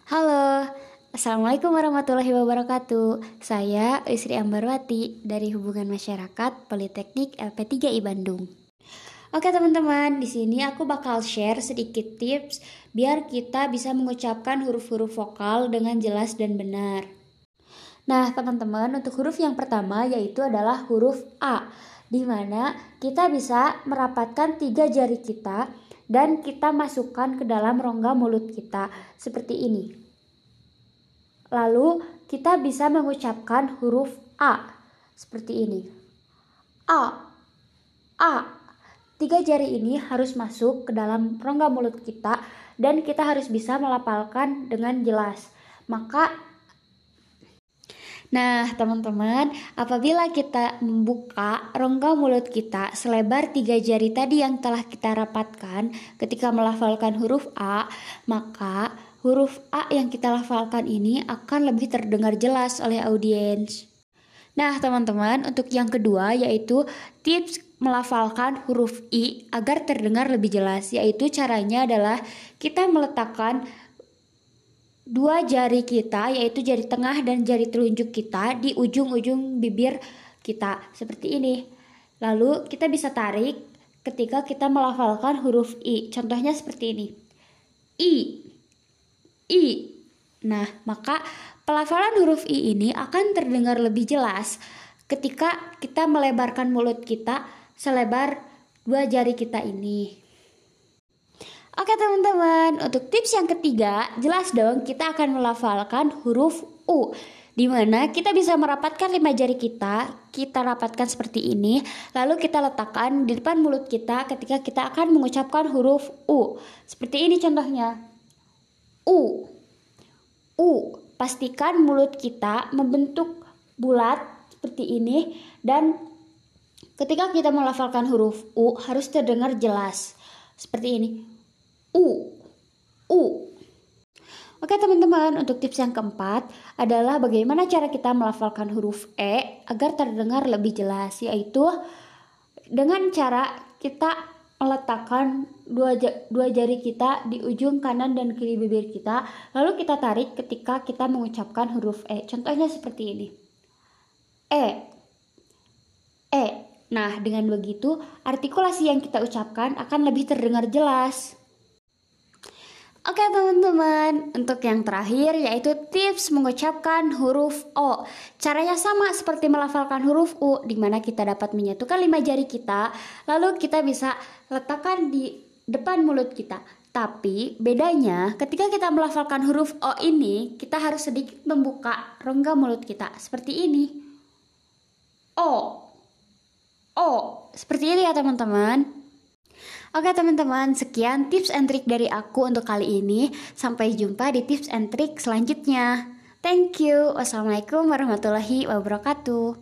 Halo, Assalamualaikum warahmatullahi wabarakatuh. Saya Isri Ambarwati dari Hubungan Masyarakat Politeknik LP3I Bandung. Oke teman-teman, di sini aku bakal share sedikit tips biar kita bisa mengucapkan huruf-huruf vokal dengan jelas dan benar. Nah teman-teman, untuk huruf yang pertama yaitu adalah huruf A, di mana kita bisa merapatkan 3 jari kita dan kita masukkan ke dalam rongga mulut kita seperti ini. Lalu kita bisa mengucapkan huruf A seperti ini. A. 3 jari ini harus masuk ke dalam rongga mulut kita dan kita harus bisa melafalkan dengan jelas. Nah teman-teman, apabila kita membuka rongga mulut kita selebar 3 jari tadi yang telah kita rapatkan ketika melafalkan huruf A, maka huruf A yang kita lafalkan ini akan lebih terdengar jelas oleh audiens. Nah teman-teman, untuk yang kedua yaitu tips melafalkan huruf I agar terdengar lebih jelas, yaitu caranya adalah kita meletakkan 2 jari kita, yaitu jari tengah dan jari telunjuk kita di ujung-ujung bibir kita seperti ini. Lalu kita bisa tarik ketika kita melafalkan huruf I. Contohnya seperti ini. I. Nah, maka pelafalan huruf I ini akan terdengar lebih jelas ketika kita melebarkan mulut kita selebar 2 jari kita ini. Oke teman-teman, untuk tips yang ketiga, jelas dong kita akan melafalkan huruf U, di mana kita bisa merapatkan 5 jari kita rapatkan seperti ini, lalu kita letakkan di depan mulut kita ketika kita akan mengucapkan huruf U. Seperti ini contohnya. U. Pastikan mulut kita membentuk bulat seperti ini, dan ketika kita melafalkan huruf U harus terdengar jelas seperti ini. U. Oke teman-teman, untuk tips yang keempat adalah bagaimana cara kita melafalkan huruf E agar terdengar lebih jelas, yaitu dengan cara kita meletakkan dua jari kita di ujung kanan dan kiri bibir kita, lalu kita tarik ketika kita mengucapkan huruf E. Contohnya seperti ini. E. Nah, dengan begitu artikulasi yang kita ucapkan akan lebih terdengar jelas. Oke teman-teman, untuk yang terakhir yaitu tips mengucapkan huruf O. Caranya sama seperti melafalkan huruf U, di mana kita dapat menyatukan 5 jari kita, lalu kita bisa letakkan di depan mulut kita. Tapi bedanya ketika kita melafalkan huruf O ini, kita harus sedikit membuka rongga mulut kita seperti ini. O. Seperti ini ya teman-teman. Oke teman-teman, sekian tips and trick dari aku untuk kali ini. Sampai jumpa di tips and trick selanjutnya. Thank you. Wassalamualaikum warahmatullahi wabarakatuh.